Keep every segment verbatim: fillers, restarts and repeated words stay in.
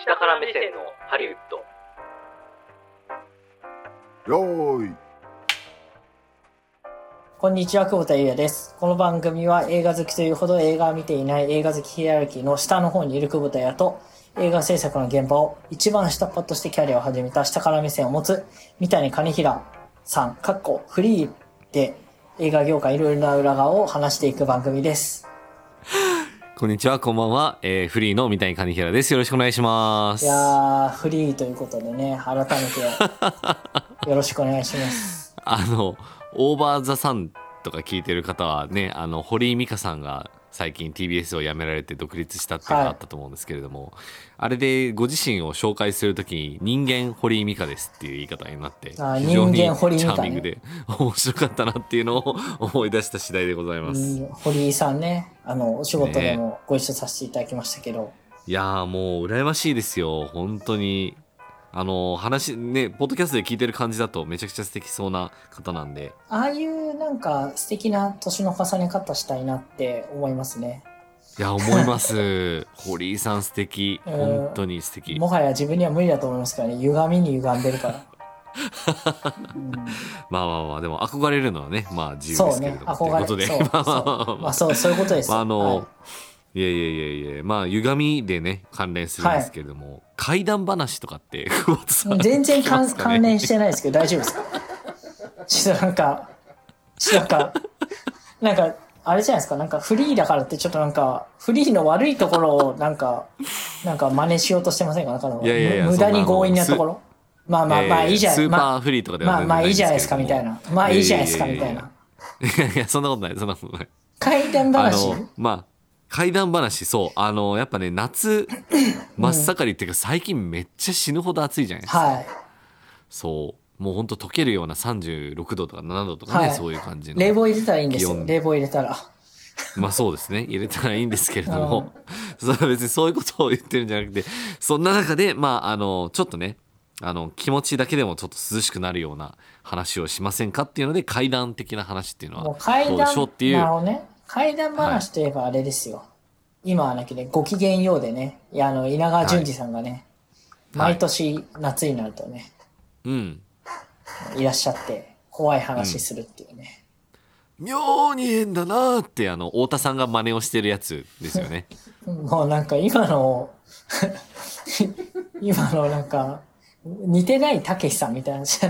下から目線のハリウッド。 よーい。 こんにちは、久保田裕也です。この番組は映画好きというほど映画を見ていない映画好きヒエラルキーの下の方にいる久保田裕也と、映画制作の現場を一番下っ端としてキャリアを始めた下から目線を持つ三谷兼平さん、かっこフリーで映画業界いろいろな裏側を話していく番組です。 こんにちは、こんばんは、えー、フリーの三谷兼平です。よろしくお願いします。 いやー、フリーということでね、改めてよろしくお願いします。 あのオーバーザさんとか聞いてる方はね、あの堀井美香さんが最近 ティービーエス を辞められて独立したっていうのがあったと思うんですけれども、はい、あれでご自身を紹介するときに人間堀井美香ですっていう言い方になって非常にチャーミングで面白かったなっていうのを思い出した次第でございます。 堀井さんね、あのお仕事でもご一緒させていただきましたけど、ね、 いやーもう羨ましいですよ本当に。あの話ね、ポッドキャストで聞いてる感じだとめちゃくちゃ素敵そうな方なんで、 ああいうなんか素敵な年の重ね方したいなって思いますね。 いや思います堀井さん素敵、本当に素敵。 もはや自分には無理だと思いますからね、歪みに歪んでるからうん、 まあまあまあでも憧れるのはね、まあ自由ですけれども、 そうね、憧れということで、 そうそうまあそうそういうことですよ。 まあ、あの、 はいいやいやいやいや、まあ歪みでね関連するんですけれども、はい、怪談話とかって久保田さん全然関、 ね、 関連してないですけど大丈夫ですか？ちょっとなんかちょっとなんかなんかあれじゃないですか、なんかフリーだからってちょっとなんかフリーの悪いところをなんかなんか真似しようとしてませんか？なんかいやいやいや、 無駄に強引なところ、まあまあまあいいじゃない、 スーパーフリーとかではまあまあいいじゃないですかみたいな、まあいいじゃないですかみたいな。 いやいやそんなことないそんなことない。 怪談話、 あのまあ怪談話、そうあのやっぱね夏真っ盛りっていうか、最近めっちゃ死ぬほど暑いじゃないですか、はい、そうもうほんと溶けるようなさんじゅうろくどとかななどとかね、はい、そういう感じの冷房入れたらいいんですよ。冷房入れたらまあそうですね、入れたらいいんですけれどもそれは別にそういうことを言ってるんじゃなくて、そんな中でまああのちょっとねあの気持ちだけでもちょっと涼しくなるような話をしませんかっていうので、怪談的な話っていうのはどうでしょうっていう。 なるほどね、怪談話といえばあれですよ、はい、今はなきね、ごきげんようでね、いやあの稲川淳二さんがね、はい、毎年夏になるとね、 はい、 いらっしゃって怖い話するっていうね、 うん、妙に変だなーってあの太田さんが真似をしてるやつですよねもうなんか今の今のなんか似てないたけしさんみたいなす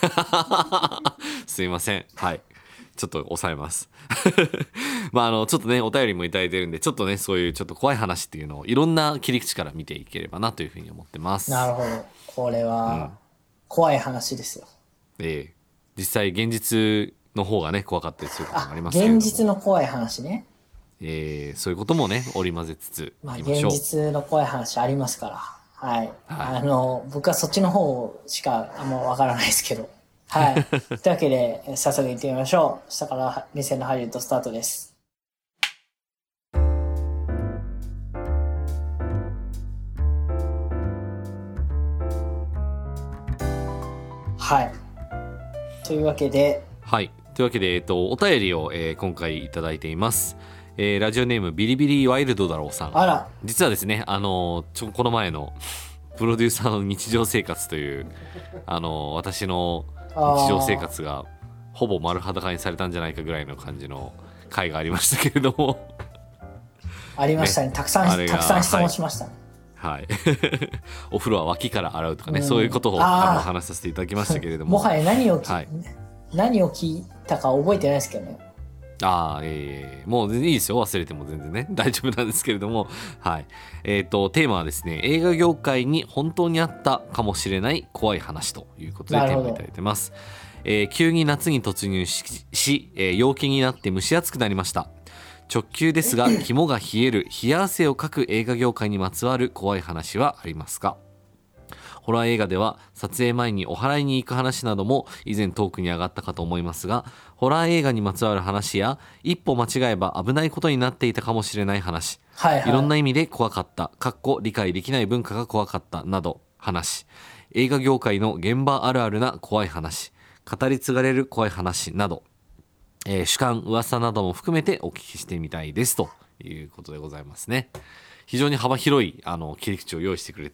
いません、はいちょっと抑えますまああのちょっとねお便りもいただいてるんで、ちょっとねそういうちょっと怖い話っていうのをいろんな切り口から見ていければなというふうに思ってます。 なるほど、これは怖い話ですよ、 うん、ええ実際現実の方がね怖かったりすることもありますけれども、 現実の怖い話ね、 ええそういうこともね織り交ぜつつまあいきましょう。 現実の怖い話ありますから、はい、はい、あの僕はそっちの方しかあんまわからないですけどはい。というわけで、早速行ってみましょう。下から目線のハリウッドスタートです。はい。というわけで。 はい。というわけで、えっと、お便りを、えー、今回いただいています。えー、ラジオネームビリビリワイルドだろうさん。 あら。 実はですね、あのちょこの前のプロデューサーの日常生活という、あの私の日常生活がほぼ丸裸にされたんじゃないかぐらいの感じの回がありましたけれどもありましたね、ねたくさんたくさん質問しましたね、 はい、はい、お風呂は脇から洗うとかね、うん、そういうことをあの話させていただきましたけれどももはや何を、はい、何を聞いたか覚えてないですけどね。 ああ、えー、もういいですよ、忘れても全然ね大丈夫なんですけれども、はい、えーとテーマはですね、映画業界に本当にあったかもしれない怖い話ということでテーマいただいてます。えー、急に夏に突入 し, し、えー、陽気になって蒸し暑くなりました。直球ですが肝が冷える冷や汗をかく映画業界にまつわる怖い話はありますか？ホラー映画では撮影前にお祓いに行く話なども以前トークに上がったかと思いますが、ホラー映画にまつわる話や一歩間違えば危ないことになっていたかもしれない話、はいはい、いろんな意味で怖かった、かっこ理解できない文化が怖かったなど話、映画業界の現場あるあるな怖い話、語り継がれる怖い話など、えー、主観噂なども含めてお聞きしてみたいですということでございますね。非常に幅広いあの切り口を用意してくれて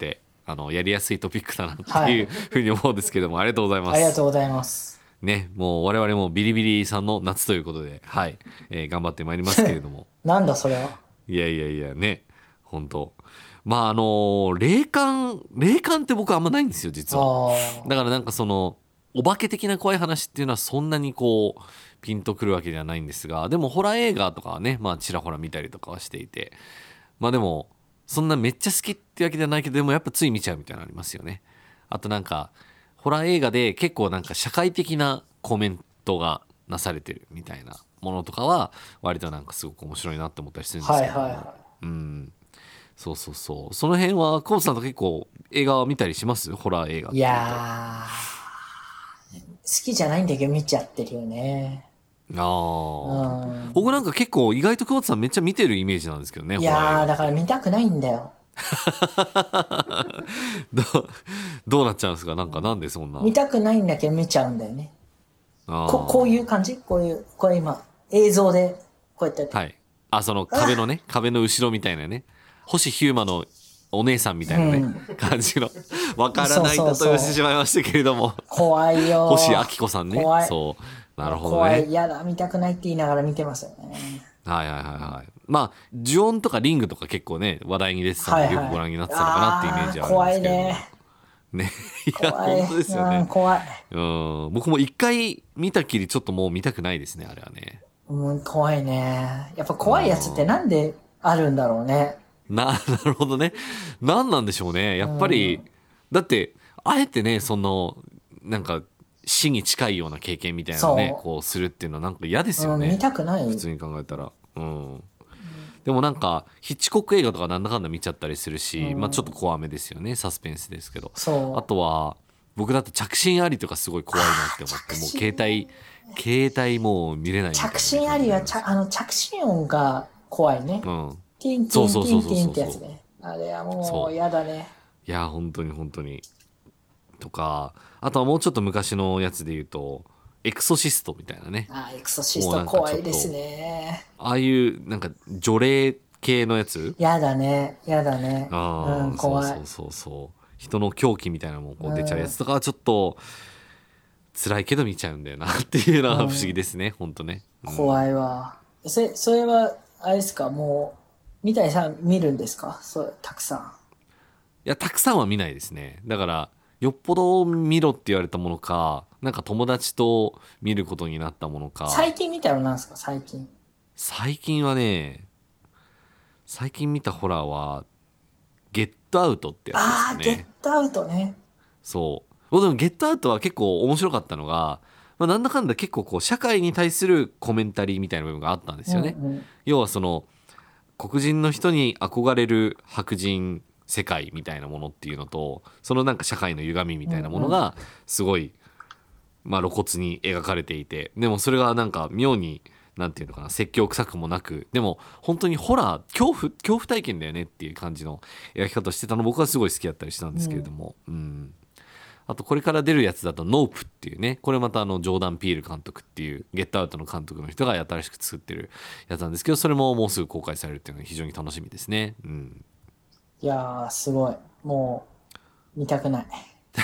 あのやりやすいトピックだなってはいいうふうに思うんですけども、ありがとうございます。 ありがとうございます。 ね、もう我々もビリビリさんの夏ということで、はい、えー頑張ってまいりますけれどもなんだそれは。 いやいやいやね、本当まああのー霊感霊感って僕あんまないんですよ実は。 あだからなんかそのお化け的な怖い話っていうのはそんなにこうピンとくるわけではないんですが、でもホラー映画とかはね、まあちらほら見たりとかはしていて、まあでもそんなめっちゃ好きってわけではないけど、でもやっぱつい見ちゃうみたいなのありますよね。あとなんかホラー映画で結構なんか社会的なコメントがなされてるみたいなものとかは割となんかすごく面白いなって思ったりするんあ、 ですけど、 はいはいはうんそうそうそう、その辺は久保田さんと結構映画を見たりします？ホラー映画っい。いていうと。 やー、好きじゃないんだけど見ちゃってるよね。 ああ、 うん。 僕なんか結構意外と久保田さんめっちゃ見てるイメージなんですけどね。 いホラー映画やー、だから見たくないんだよ。 どうどうなっちゃうんですか？なんかなんでそんな。 見たくないんだけど見ちゃうんだよね。 あーここういう感じこういう、これ今、映像でこうやってやって、 はい。あ、その壁のね、壁の後ろみたいなね、星飛雄馬のお姉さんみたいなね、感じのわからない例えをしてしまいましたけれども、 怖いよー。 星明子さんね。 怖い。 そう。なるほど怖い。 ね。 やだ、見たくないって言いながら見てますよね。 はいはいはいはい。まあ、呪音とかリングとか結構ね、話題に出てたので、 はいはいよくご覧になってたのかなっていうイメージはあるん怖いですけれども。 ね。 ね。いや、 怖い。 本当ですようん、 ね。 怖い。 うん。僕も一回見たきりちょっともう見たくないですね、あれはね。 うん、怖いね。やっぱ怖いやつってなんであるんだろうね。 な、なるほどね。何なんでしょうね。やっぱり、だって、あえてね、その、なんか、死に近いような経験みたいなのねそうこうするっていうのはなんか嫌ですようん、 ね、 見たくない。 普通に考えたら。うんでもなんかヒッチコック映画とかなんだかんだ見ちゃったりするし、 うんまあちょっと怖めですよね、サスペンスですけど。 そう。 あとは僕だと着信ありとかすごい怖いなって思って、もう携帯携帯もう見れないみたいな。 着信ありは、ちゃあの、着信音が怖いね。 うんティンティンテそうそうそうそうィンティンってやつね。あれはもそうう嫌だね。 いや本当に本当にとか、あとはもうちょっと昔のやつで言うとエクソシストみたいなね、 あー、エクソシスト怖いですね。 ああいうなんか除霊系のやつ、 嫌だね。嫌だね。 ああ、 うん、怖い。 そうそうそうそう、人の狂気みたいなのもこう出ちゃうやつとかはちょっと辛いけど見ちゃうんだよなっていうのは不思議ですね、本当ね、うん怖いわ。それ、それは、あれですか、もう、三谷さん見るんですか？そう、たくさん。 いやたくさんは見ないですね。だからよっぽど見ろって言われたものか、なんか友達と見ることになったものか。 最近見たのなんですか？最近。 最近はね、最近見たホラーはゲットアウトってやああ、ゲッつですね。 トアウトね。 そう僕でもゲットアウトは結構面白かったのが、まあ、なんだかんだ結構こう社会に対するコメンタリーみたいな部分があったんですよね、 うんうん、 要はその黒人の人に憧れる白人世界みたいなものっていうのと、そのなんか社会の歪みみたいなものがすごい、まあ、露骨に描かれていて、でもそれがなんか妙になんていうのかな、説教臭くもなく、でも本当にホラー恐怖恐怖体験だよねっていう感じの描き方をしてたの僕はすごい好きだったりしたんですけれども、うん、うんあとこれから出るやつだとノープっていうね、これまたあのジョーダン・ピール監督っていうゲットアウトの監督の人が新しく作ってるやつなんですけど、それももうすぐ公開されるっていうのが非常に楽しみですね、うん、 いやー、すごい。もう、見たくない。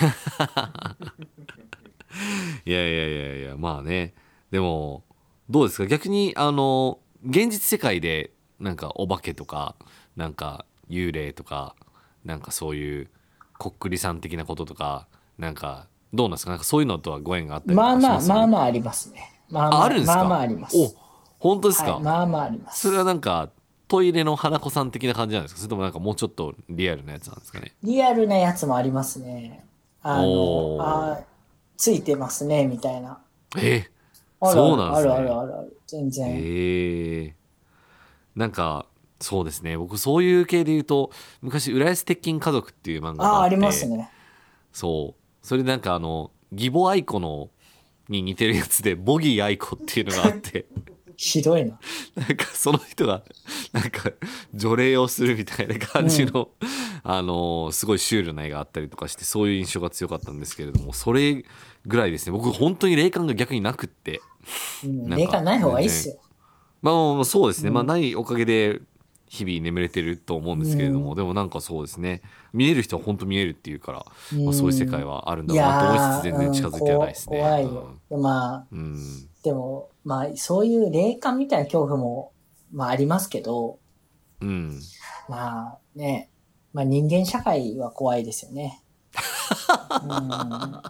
いやいやいやいや、まあね、でもどうですか逆に、あの現実世界でなんかお化けとかなんか幽霊とかなんかそういうこっくりさん的なこととかなんかどうなんですか、なんかそういうのとはご縁があったりとまあまあ、 かします？ まあまあありますね。まあまあ、 ああるんですか？ まあまああります。 お本当ですか、 はい、まあまああります。 それはなんかトイレの花子さん的な感じなんですか、それともなんかもうちょっとリアルなやつなんですかね？ リアルなやつもありますね。あのお、ーあーついてますね、みたいな。 えあるそうなんですね。 あるあるあるある。全然。 えー、なんかそうですね、僕そういう系で言うと昔浦安鉄筋家族っていう漫画があって、 ああ、ありますね。 そうそれでなんかあの義母愛子のに似てるやつでボギー愛子っていうのがあってひどいな。 なんかその人がなんか除霊をするみたいな感じの、うん、あのすごいシュールな絵があったりとかして、そういう印象が強かったんですけれども、それぐらいですね。僕本当に霊感が逆になくって、 うん、霊感ない方がいいっすよ。 まあそうですね、うん、まあないおかげで日々眠れてると思うんですけれども、 うんでもなんかそうですね、見える人は本当見えるっていうから、 うんまあ、そういう世界はあるんだろうなと思いつつ全然近づいてはないですね。 うん怖いよ。でまあ、 うんうんでも、まあ、そういう霊感みたいな恐怖も、まあありますけど、 うんまあね、まあ人間社会は怖いですよね。うん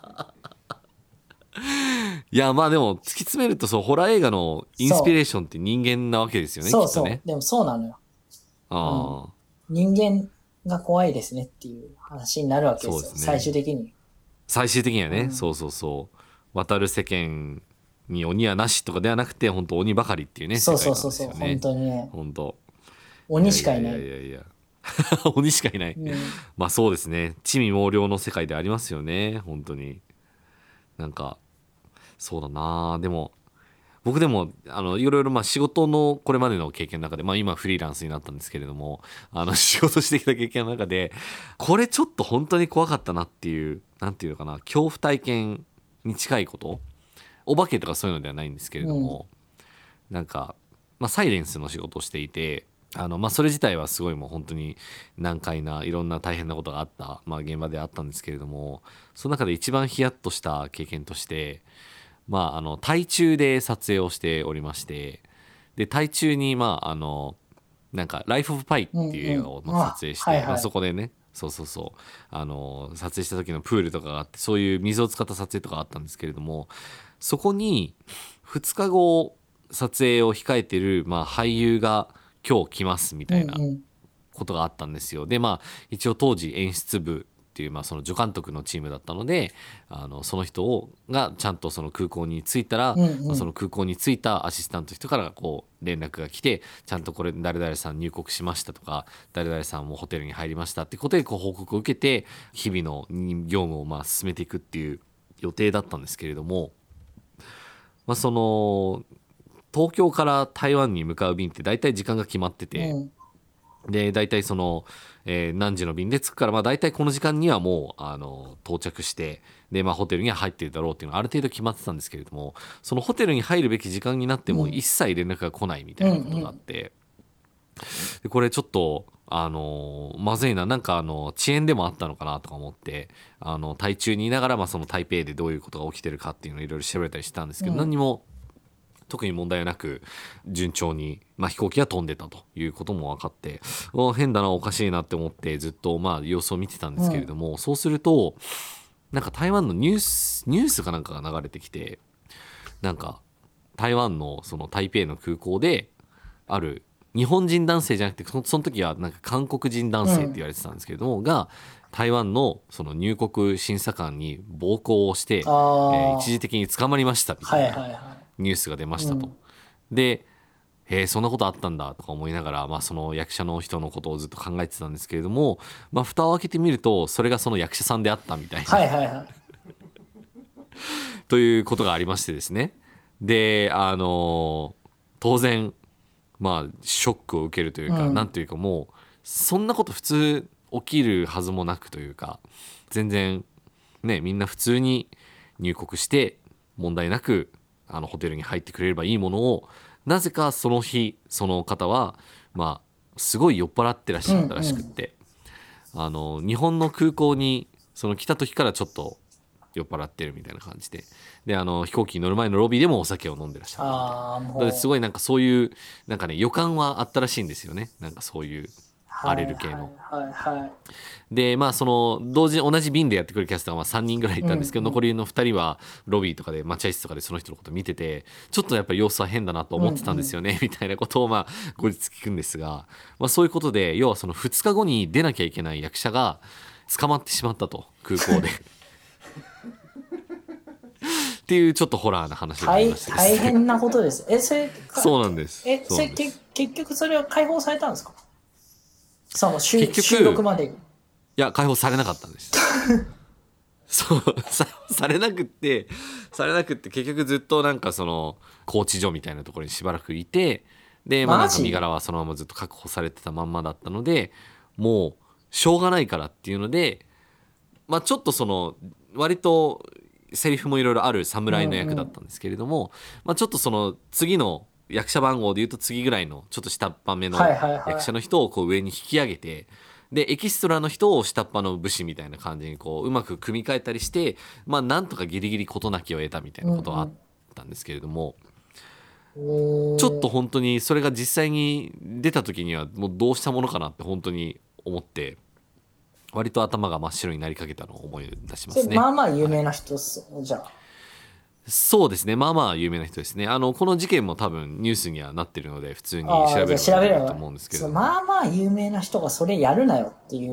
いやまあでも突き詰めるとそうホラー映画のインスピレーションって人間なわけですよね。 そうそう。 きっとね。 でもそうなのよ。 ああ、 人間が怖いですねっていう話になるわけですよ。 そうですね最終的に。 最終的にはね、 うんそうそうそう渡る世間に鬼はなしとかではなくて本当鬼ばかりっていうねそう世そうそうそう。 界なんですよね。 本当にね。 本当鬼しかいない。 やいやいやいや鬼しかいない、 うんまあそうですね、地味猛量の世界でありますよね。本当になんかそうだな。でも僕でもあのいろいろまあ仕事のこれまでの経験の中で、まあ、今フリーランスになったんですけれども、あの仕事してきた経験の中でこれちょっと本当に怖かったなっていうなんていうのかな、恐怖体験に近いこと、お化けとかそういうのではないんですけれども、なんか、まあ、サイレンスの仕事をしていて、あのまあそれ自体はすごいもう本当に難解ないろんな大変なことがあった、まあ、現場であったんですけれども、その中で一番ヒヤッとした経験として、まあ、あの台中で撮影をしておりまして、で台中にまああのなんか「ライフ・オブ・パイ」っていう映画をまあ撮影して、 うんうんあはいはいまあ、そこでねそうそうそうあの撮影した時のプールとかがあって、そういう水を使った撮影とかあったんですけれども、そこにふつかご撮影を控えてる、まあ、俳優が今日来ますみたいなうんうんことがあったんですよ。でまあ一応当時演出部っていうまあその助監督のチームだったので、あのその人をがちゃんとその空港に着いたら、 うんうんまあ、その空港に着いたアシスタントの人からこう連絡が来て、ちゃんとこれ誰々さん入国しましたとか、誰々さんもホテルに入りましたってことでこう報告を受けて日々の業務をまあ進めていくっていう予定だったんですけれども、まあ、その東京から台湾に向かう便って大体時間が決まってて、 うんで大体その、えー何時の便で着くから、まあ、大体この時間にはもうあの到着してで、まあ、ホテルには入ってるだろうっていうのはある程度決まってたんですけれども、そのホテルに入るべき時間になってもうん一切連絡が来ないみたいなことがあって、でこれちょっとあのまずいな、なんかあの遅延でもあったのかなとか思って、あの台中にいながら、まあ、その台北でどういうことが起きてるかっていうのをいろいろ調べたりしてたんですけど、 うん何にも特に問題はなく順調に、まあ、飛行機が飛んでたということも分かって、お変だなおかしいなって思ってずっとまあ様子を見てたんですけれども、そうするとなんか台湾のニュースニュースかなんかが流れてきて、なんか台湾のその台北の空港である日本人男性じゃなくて、そのその時はなんか韓国人男性って言われてたんですけれども、が台湾のその入国審査官に暴行をして、えあーー一時的に捕まりましたみはいたいなはいはニュースが出ましたと。 うんでへえそんなことあったんだとか思いながら、まあ、その役者の人のことをずっと考えてたんですけれども、まあ、蓋を開けてみるとそれがその役者さんであったみたいい。 な、 はいはいはい。 ということがありましてですね。であの当然まあショックを受けるというか、 うんなんというかもうそんなこと普通起きるはずもなくというか、全然ねみんな普通に入国して問題なくあのホテルに入ってくれればいいものを、なぜかその日その方はまあすごい酔っ払ってらっしゃったらしくって、あの日本の空港にその来た時からちょっと酔っ払ってるみたいな感じで、であの飛行機に乗る前のロビーでもお酒を飲んでらっしゃったみたいな。 ああ、もだってすごいなんかそういうなんかね予感はあったらしいんですよね。なんかそういう荒れる系の。 はいはいはい。 でまあその同時同じ便でやってくるキャスターはさんにんぐらいいたんですけど、 うんうん残りのふたりはロビーとかで待合室とかでその人のこと見てて、ちょっとやっぱり様子は変だなと思ってたんですよね、みたいなことをまあ後日聞くんですが、まあ、そういうことで要はそのふつかごに出なきゃいけない役者が捕まってしまったと空港で。っていうちょっとホラーな話があり大ましてですね大変なことです。え、それか、 そうなんです。 え、それそうなんですけ結局それは解放されたんですか？その収結局収録までに。 いや解放されなかったんですそうさされなくってされなくって結局ずっとなんかその拘置所みたいなところにしばらくいて、でまあなんかマジ身柄はそのままずっと確保されてたまんまだったので、もうしょうがないからっていうので、まあちょっとその割とセリフもいろいろある侍の役だったんですけれども、まあちょっとその次の役者番号でいうと次ぐらいのちょっと下っ端目のはいはいはい役者の人をこう上に引き上げて、でエキストラの人を下っ端の武士みたいな感じにこううまく組み替えたりして、まあなんとかギリギリ事なきを得たみたいなことはあったんですけれども、 ちょちょっと本当にそれが実際に出た時にはもうどうしたものかなって本当に思って、割と頭が真っ白になりかけたのを思い出しますね。 まあまあ有名な人っすよね、じゃあ。 そうですね、まあまあ有名な人ですね。あのこの事件も多分ニュースにはなってるので普通に調べれば調べればと思うんですけど、 まあまあ有名な人がそれやるなよっていう。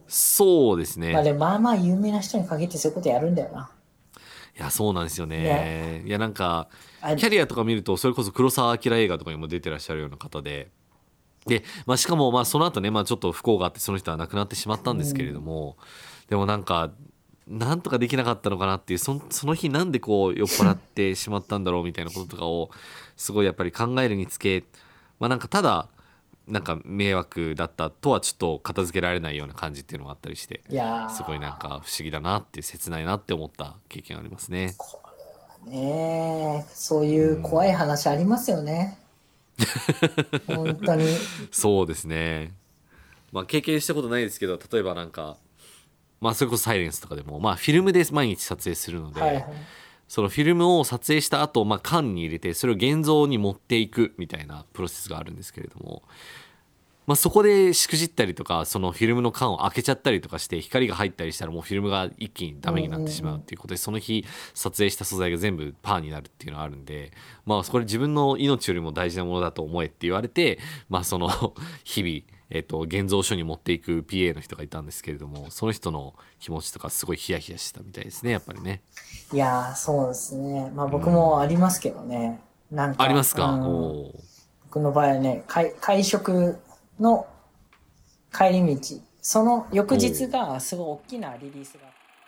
そうですね。 まあでもまあまあ有名な人に限ってそういうことやるんだよな。 いやそうなんですよね。 ねいやなんかあキャリアとか見るとそれこそ黒澤明映画とかにも出てらっしゃるような方で、で、まあ、しかもまあその後ね、まあ、ちょっと不幸があってその人は亡くなってしまったんですけれども、でもなんかなんとかできなかったのかなっていう、そその日なんでこう酔っ払ってしまったんだろうみたいなこととかをすごいやっぱり考えるにつけ、まあなんかただなんか迷惑だったとはちょっと片付けられないような感じっていうのもあったりして、 いやーすごいなんか不思議だなっていう、切ないなって思った経験ありますね。 ねえ、そういう怖い話ありますよね。本当に。 そうですね、まあ経験したことないですけど、例えばなんかまあそれこそサイレンスとかでもまあフィルムで毎日撮影するので、 はいはい。 そのフィルムを撮影した後、まあ缶に入れてそれを現像に持っていくみたいなプロセスがあるんですけれども、まあ、そこでしくじったりとか、そのフィルムの缶を開けちゃったりとかして光が入ったりしたらもうフィルムが一気にダメになってしまうっていうことで、その日撮影した素材が全部パーになるっていうのがあるんで、まあこれ自分の命よりも大事なものだと思えって言われて、まあその日々えっと現像所に持っていく ピーエー の人がいたんですけれども、その人の気持ちとかすごいヒヤヒヤしたみたいですね、やっぱりね。 いやー、そうですね。まあ僕もありますけどね。なんか。 ありますか？ うんおー僕の場合はね、会会食の帰り道、その翌日がすごい大きなリリースが。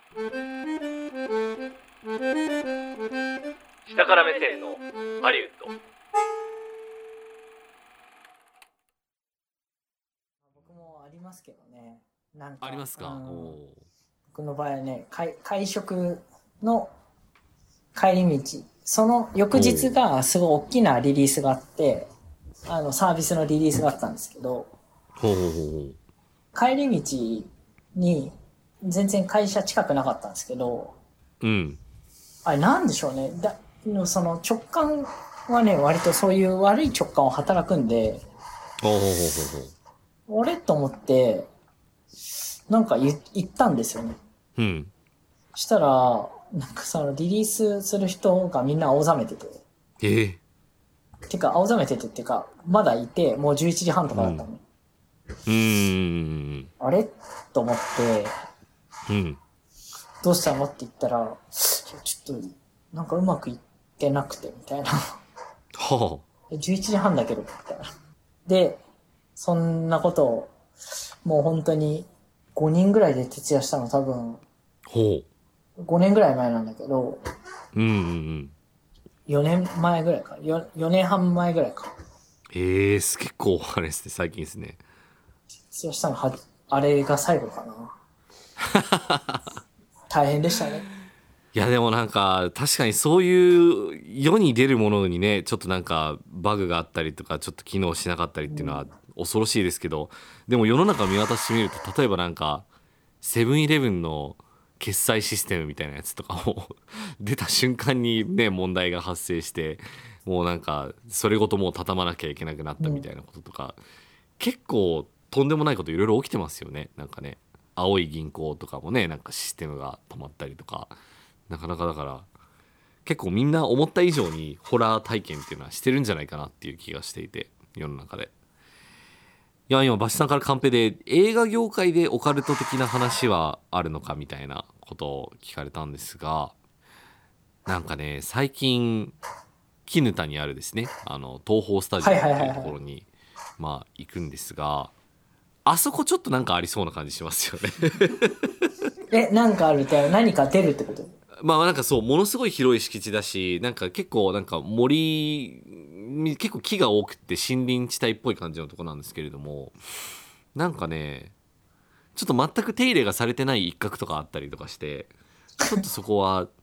下から目線のハリウッド。 僕もありますけどね。なんかありますか？ うんおー僕の場合はね、会会食の帰り道、その翌日がすごい大きなリリースがあって、あのサービスのリリースがあったんですけど、 ほうほうほうほう。 帰り道に全然会社近くなかったんですけど、 うん。 あれなんでしょうね。だその直感はね、割とそういう悪い直感を働くんで、 ほうほうほうほうほう。 俺と思って、なんか言言ったんですよね。 うん。 したら、なんかそのリリースする人がみんな青ざめてて。 ええてか、青ざめててっていうか、まだいて、もうじゅういちじはんとかだったの。 うーん。 あれと思って、 うん。 どうしたのって言ったら、いやちょっと、なんかうまくいってなくて、みたいな。 はじゅういちじはんだけど、みたいな。で、そんなことを、もう本当にごにんぐらいで徹夜したの多分、 あ。ほごねんぐらい前なんだけど、 う。うんうんうん。 よねんまえぐらいか。よよねんはん前ぐらいか。 ええー、結構あれですね、最近ですね。 徹夜したのは、あれが最後かな。大変でしたね。 いやでもなんか確かにそういう世に出るものにね、ちょっとなんかバグがあったりとかちょっと機能しなかったりっていうのは恐ろしいですけど、でも世の中見渡してみると、例えばなんかセブンイレブンの決済システムみたいなやつとかも出た瞬間にね問題が発生して、もうなんかそれごともう畳まなきゃいけなくなったみたいなこととか、結構とんでもないこといろいろ起きてますよね。なんかね、青い銀行とかもね、なんかシステムが止まったりとか、なかなかだから結構みんな思った以上にホラー体験っていうのはしてるんじゃないかなっていう気がしていて、世の中で。いや今バシさんからカンペで映画業界でオカルト的な話はあるのかみたいなことを聞かれたんですが、なんかね最近絹田にあるですね、あの東宝スタジオっていうところにまあ行くんですが、あそこちょっとなんかありそうな感じしますよね。 え、なんかあるって何か出るってこと？ まあなんかそうものすごい広い敷地だし、なんか結構なんか森結構木が多くて森林地帯っぽい感じのとこなんですけれども、なんかねちょっと全く手入れがされてない一角とかあったりとかして、ちょっとそこは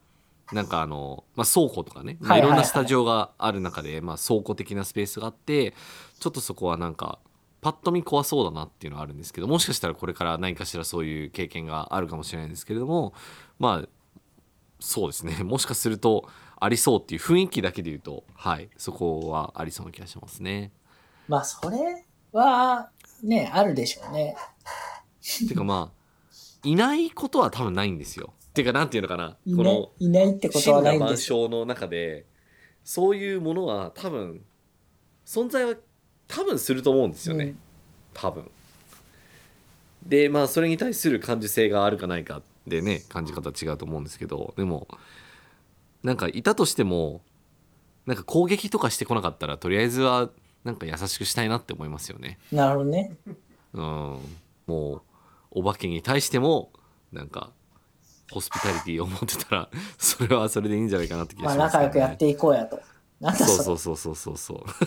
なんかあの、まあ、倉庫とかね、まあ、 はいはいはいいろんなスタジオがある中で、まあ、倉庫的なスペースがあってちょっとそこはなんかパッと見怖そうだなっていうのはあるんですけど、もしかしたらこれから何かしらそういう経験があるかもしれないんですけれども、まあそうですね、もしかするとありそうっていう雰囲気だけで言うと、はい、そこはありそうな気がしますね。 まあ、それは、ね、あるでしょうね。 てかまあいないことは多分ないんですよ。てかなんていうのかな、 いないこのいないってことはないん森羅万ですよ。 象の中でそういうものは多分存在は多分すると思うんですよね、 うん多分。でまあそれに対する感受性があるかないかでね感じ方違うと思うんですけど、でもなんかいたとしてもなんか攻撃とかしてこなかったらとりあえずはなんか優しくしたいなって思いますよね。 なるほどね。 うん、もうお化けに対してもなんかホスピタリティを持ってたらそれはそれでいいんじゃないかなって気がまあ、 しますけどね。 仲良くやっていこうやと。なんだそれ。 そうそうそうそうそうそう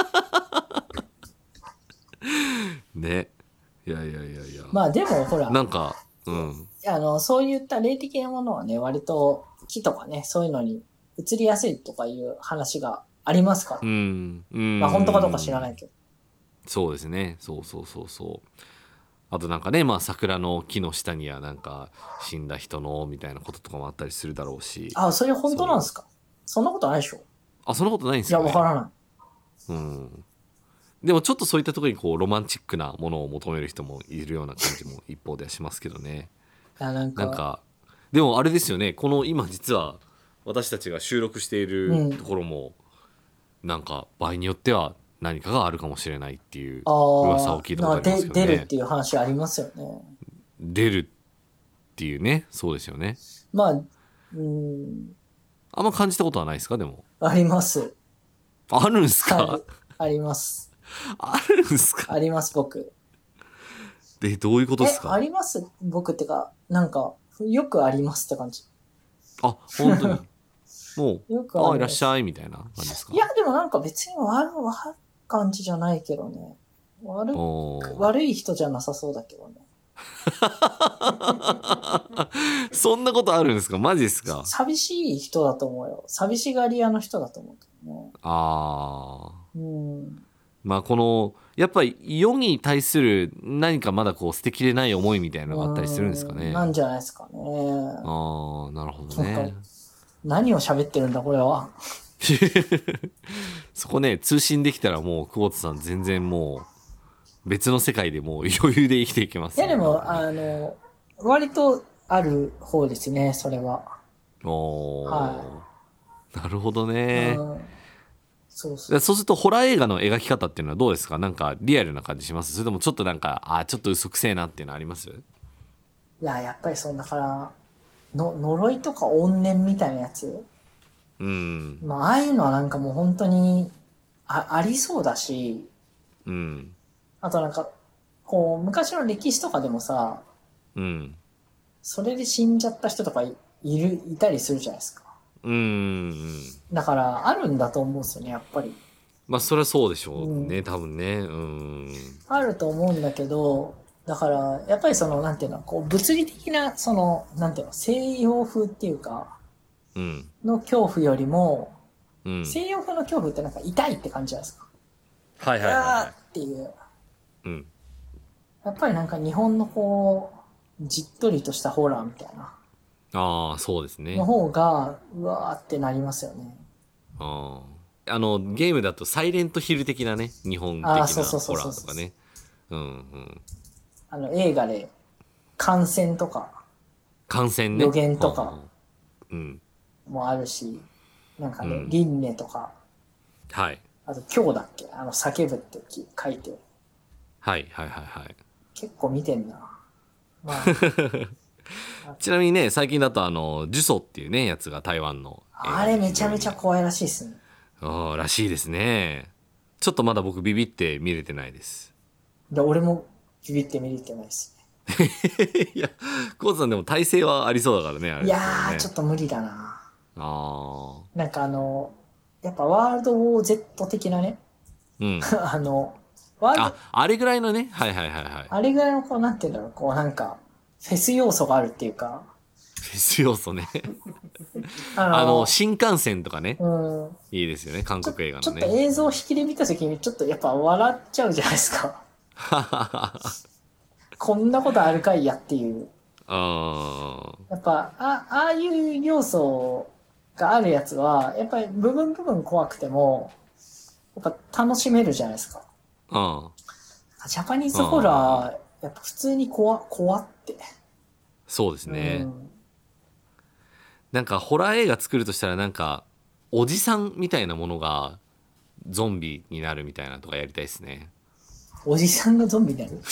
ね。いやいやいやいや、 まあ、でも、ほら、 なんかうんあの、そういった霊的なものはね、割と木とかね、そういうのに移りやすいとかいう話がありますから。 うんうんまあ、本当かどうか知らないけど。 そうですね、そうそうそうそう。あとなんかね、まあ桜の木の下にはなんか死んだ人のみたいなこととかもあったりするだろうし。 あ、それ本当なんですか？そんなことないでしょ？ あ、そんなことないんですいや、 かね。 わからない。 うん。でもちょっとそういったところにこうロマンチックなものを求める人もいるような感じも一方ではしますけどね。 いや、なんか、 なんかでもあれですよね、この今実は私たちが収録しているところも、なんか場合によっては何かがあるかもしれないっていうあ噂を聞いたことありますけどね。 で出るっていう話ありますよね。 出るっていうね、そうですよね。 まあ、うん、 あんま感じたことはないですか？でもあります。 あるんすか？ はい。あります。 あるんすか？ あります、僕。 でどういうことですえ、あか？ ります僕ってか、なんか、よくありますって感じ。 あ、本当にもうよくありますあいらっしゃいみたいな感じですか？ いや、でもなんか別に悪い悪い感じじゃないけどね。悪おー悪い人じゃなさそうだけどね。 そんなことあるんですか？マジですか？ 寂しい人だと思うよ。寂しがり屋の人だと思うけどね。 あー、 うん。 まあこのやっぱり世に対する何かまだこう捨てきれない思いみたいなのがあったりするんですかね。 うんなんじゃないですかね。 ああ、なるほどねなんか。何を喋ってるんだ、これは。 そこね通信できたらもう久保田さん全然もう別の世界でもう余裕で生きていけますいや、でも、あの、割とある方ですね、それは。 おー、 はなるほどね。 うん。そうそう。 そうするとホラー映画の描き方っていうのはどうですか？なんかリアルな感じします？それともちょっとなんかあちょっと嘘くせえなっていうのあります？ いや、やっぱりそう、だから、の、呪いとか怨念みたいなやつ。 うんまあ、ああいうのはなんかもう本当に、あ、ありそうだし、 うんあとなんか、こう、昔の歴史とかでもさ、 うんそれで死んじゃった人とかいいる、いたりするじゃないですか。 うんうん。 だから、あるんだと思うんですよね、やっぱり。 まあそりゃそうでしょうね、 う多分ね。うんあると思うんだけど、だから、やっぱりその、なんていうの、こう、物理的な、その、なんていうの、西洋風っていうか、 うんの恐怖よりも、 うん。 西洋風の恐怖ってなんか痛いって感じじゃないですか。 はいはいはいあーはっていう。 い。うん。 やっぱりなんか日本のこう、じっとりとしたホラーみたいな、 ああそうですね。 の方が、うわーってなりますよね。 あーあのゲームだとサイレントヒル的なね日本的なホラあーそうそうそうそうーとかね。うんうん。 あの、映画で、感染とか感染ね。 予言とかうん。 もあるし、なんかね、 うん輪廻とか、 はいあと今日だっけあの、叫ぶってき書いて、 はいはいはいはい。 結構見てんな。まあ、 ちなみにね最近だとあの呪詛っていうねやつが台湾のあれめちゃめちゃ怖いらしいっすね。 ああらしいですね。ちょっとまだ僕ビビって見れてないです。 で、俺もビビって見れてないっすね。 いやコウさんでも体勢はありそうだからねあれいやー、ちょっっと無理だな。 とあなんかあの、やっぱワールドウォー Z 的なね、 あうんあの、ワールドああれぐらいのねはいはいはいはいあれぐらいのこう、なんていうんだろう、こうなんか、フェス要素があるっていうか、 フェス要素ねあのあの新幹線とかね、 うん、 いいですよね、韓国映画ちょっとのね。 映像を引きで見た時にちょっとやっぱ笑っちゃうじゃないですか。こんなことあるかいやっていう。 あやっぱあああいう要素があるやつはやっぱり部分部分怖くてもやっぱ楽しめるじゃないですか。 あ、 ジャパニーズホラーやっぱ普通に怖怖って。 そうですね、 うん、 なんかホラー映画作るとしたらなんかおじさんみたいなものがゾンビになるみたいなとかやりたいですね。 おじさんがゾンビになる。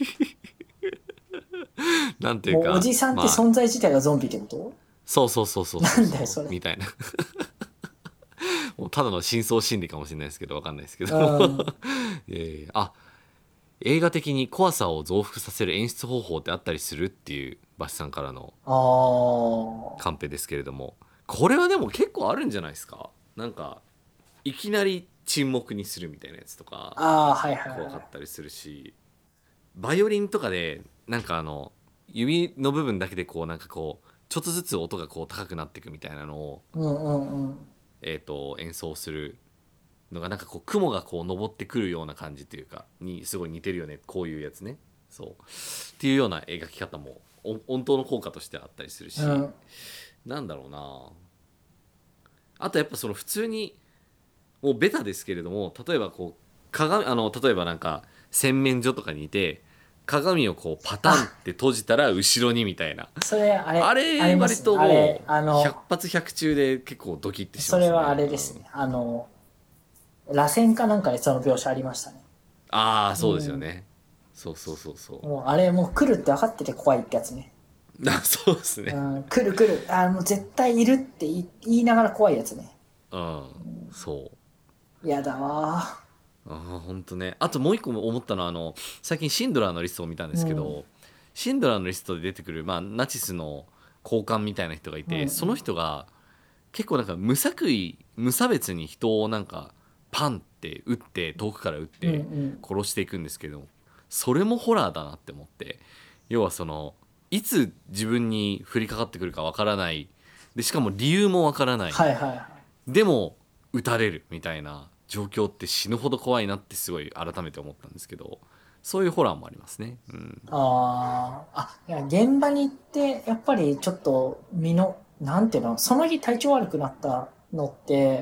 なんていうかもうおじさんってまあ存在自体がゾンビってこと？ そうそうそうそうなんだよそれみたいなもうただの深層心理かもしれないですけど、わかんないですけど、 うん、 いやいやあ映画的に怖さを増幅させる演出方法ってあったりするっていうバシさんからのああ、 カンペですけれども、これはでも結構あるんじゃないですか。なんかいきなり沈黙にするみたいなやつとかああ、はいはい怖かはい。 ったりするし、バイオリンとかでなんかあの指の部分だけでこうなんかこうちょっとずつ音がこう高くなっていくみたいなのを、 うんうんうん。 えー、と演奏するのがなんかこう雲がこう登ってくるような感じというかにすごい似てるよね、こういうやつね。そうっていうような描き方もお音頭の効果としてあったりするし、 うん、 なんだろうな、あとやっぱその普通にもうベタですけれども、例えばこう鏡あの例えばなんか洗面所とかにいて鏡をこうパタンって閉じたら後ろにみたいな、 それあれあれあります割ともあれうあの百発百中で結構ドキッてしますね。 それはあれですね。あの螺旋かなんかでその描写ありましたね。 ああそうですよね、そうそうそうそうもうあれもう来るって分かってて怖いってやつね。 あそうですね、 うん、来る来る、あもう絶対いるって言い言いながら怖いやつね。 うんそうやだわああ本当ね。あともう一個思ったのはあの最近シンドラーのリストを見たんですけど、 うんシンドラーのリストで出てくる、まあ、ナチスの高官みたいな人がいて、 うんその人が結構なんか無作為無差別に人をなんかパンって撃って遠くから撃っー。うんうてん。 殺していくんですけど、それもホラーだなって思って、要はそのいつ自分に降りかかってくるかわからないで、しかも理由もわからない、 はいはいはい。 でも撃たれるみたいな状況って死ぬほど怖いなってすごい改めて思ったんですけど、そういうホラーもありますね。うん、 あーあ、いや、現場に行って、やっぱりちょっと、身の、なんていうの、その日体調悪くなったのって、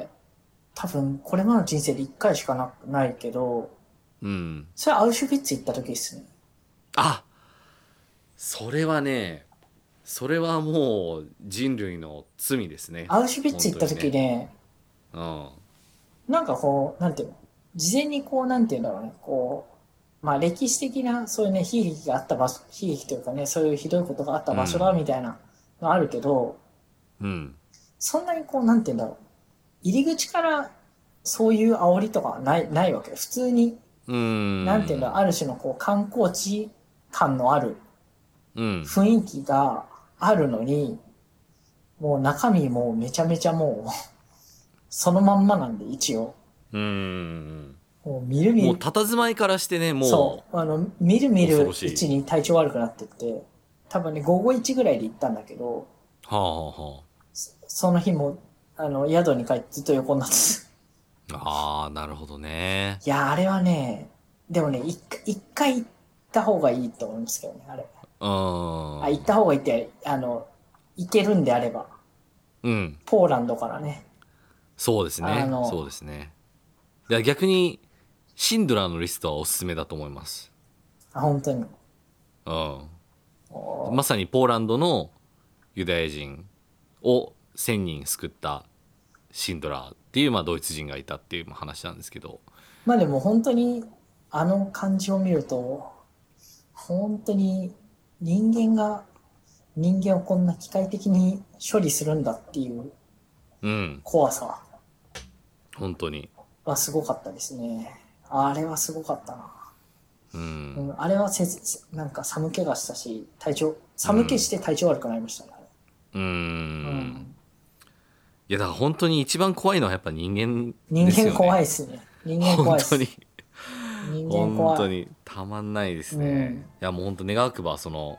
多分、これまでの人生で一回しかなないけど、 うん、 それはアウシュビッツ行った時ですね。 あそれはねそれはもう人類の罪ですね。 アウシュビッツ行った時ね、 うんなんかこう、なんていうの、事前にこう、なんていうんだろうね、こう、まあ歴史的な、そういうね、悲劇があった場所、悲劇というかね、そういうひどいことがあった場所だ、みたいなのあるけど、 うんそんなにこう、なんていうんだろう、入り口からそういう煽りとかはない、ないわけよ。普通に、 うんなんていうんだろう、ある種のこう、観光地感のあるうん雰囲気があるのに、もう中身もめちゃめちゃもう、そのまんまなんで、一応。 うんもうみるみる、 もう佇まいからしてね、もうそう、あの、みるみるう恐ろしいちに体調悪くなってって、多分ね、午後いちぐらいで行ったんだけど、 はあはその日も、あの、宿に帰ってずっと横になってた。 あはああーなるほどね。 いや、あれはね、でもね、一回一回行った方がいいと思いますけどね、あれ。 うんあ、行った方がいいって、あの、行けるんであれば、 うんポーランドからね。 そうですねあのそうですね。いや逆にシンドラーのリストはおすすめだと思います。 あ、本当に。 うんおまさにポーランドのユダヤ人をせんにん救ったシンドラーっていう、まあ、ドイツ人がいたっていう話なんですけど、 まあでも本当に、あの感じを見ると、本当に人間が、人間をこんな機械的に処理するんだっていううん怖さ本当にはすごかったですね。あれはすごかったな。 ううんん、あれはせず、なんか寒気がしたし、体調、寒気して体調悪くなりましたね。 うーんうんいやだから本当に一番怖いのはやっぱ人間人ですよね。 間怖いっすね。人間怖いっす。 本当に人間怖い。 本当にたまんないですね、 うんいやもう本当願わくばその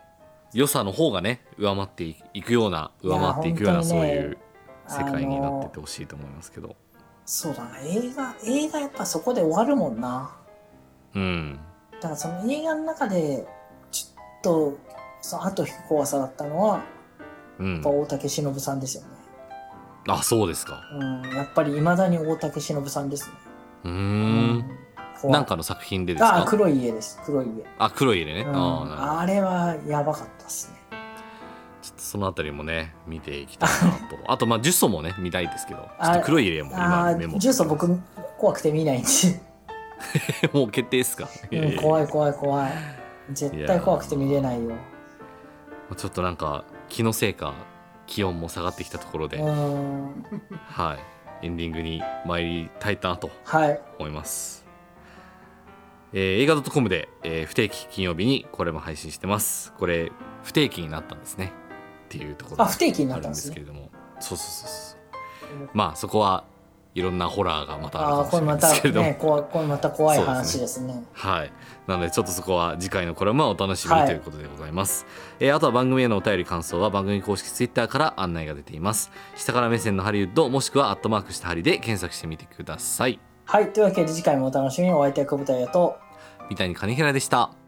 良さの方がね上回っていくような上回っていくような、そういう世界になっててほしいと思いますけど。 そうだな、映画映画やっぱそこで終わるもんな。 うんだからその映画の中でちょっとその後引く怖さだったのは、 うんやっぱ大竹しのぶさんですよね。 あ、そうですか。 うん、やっぱり未だに大竹しのぶさんですね。 うーんうん、 なんかの作品でですか？ あ、黒い家です。黒い家。 あ、黒い家ね、 うん、 あなるほど。 あれはやばかったですね。 ちょっとそのあたりもね見ていきたいなとあとまあジュッソもね見たいですけど、ちょっと黒い家も今あメモジュースは僕怖くて見ないんでもう決定ですか？ うん、怖い怖い怖い。絶対怖くて見れないよ。 ちょっとなんか気のせいか気温も下がってきたところで、 うんはいエンディングに参りたいなとはい思います。えー、映画 .com で、えー、不定期金曜日にこれも配信してます。これ不定期になったんですねっていうところあ不定期になあるんったんですね。 ですけれども、そうそうそうそうまあそこはいろんなホラーがまたあるかもしれないあこれまたですけれども、 ねこわこれまた怖い話ですね。 はいなのでちょっとそこは次回のコラムはお楽しみにはいということでございます、えーあとは番組へのお便り感想は番組公式ツイッターから案内が出ています。下から目線のハリウッドもしくはアットマークしたハリで検索してみてください。 はいというわけで次回もお楽しみに。お相手は久保田彩と三谷金平でした。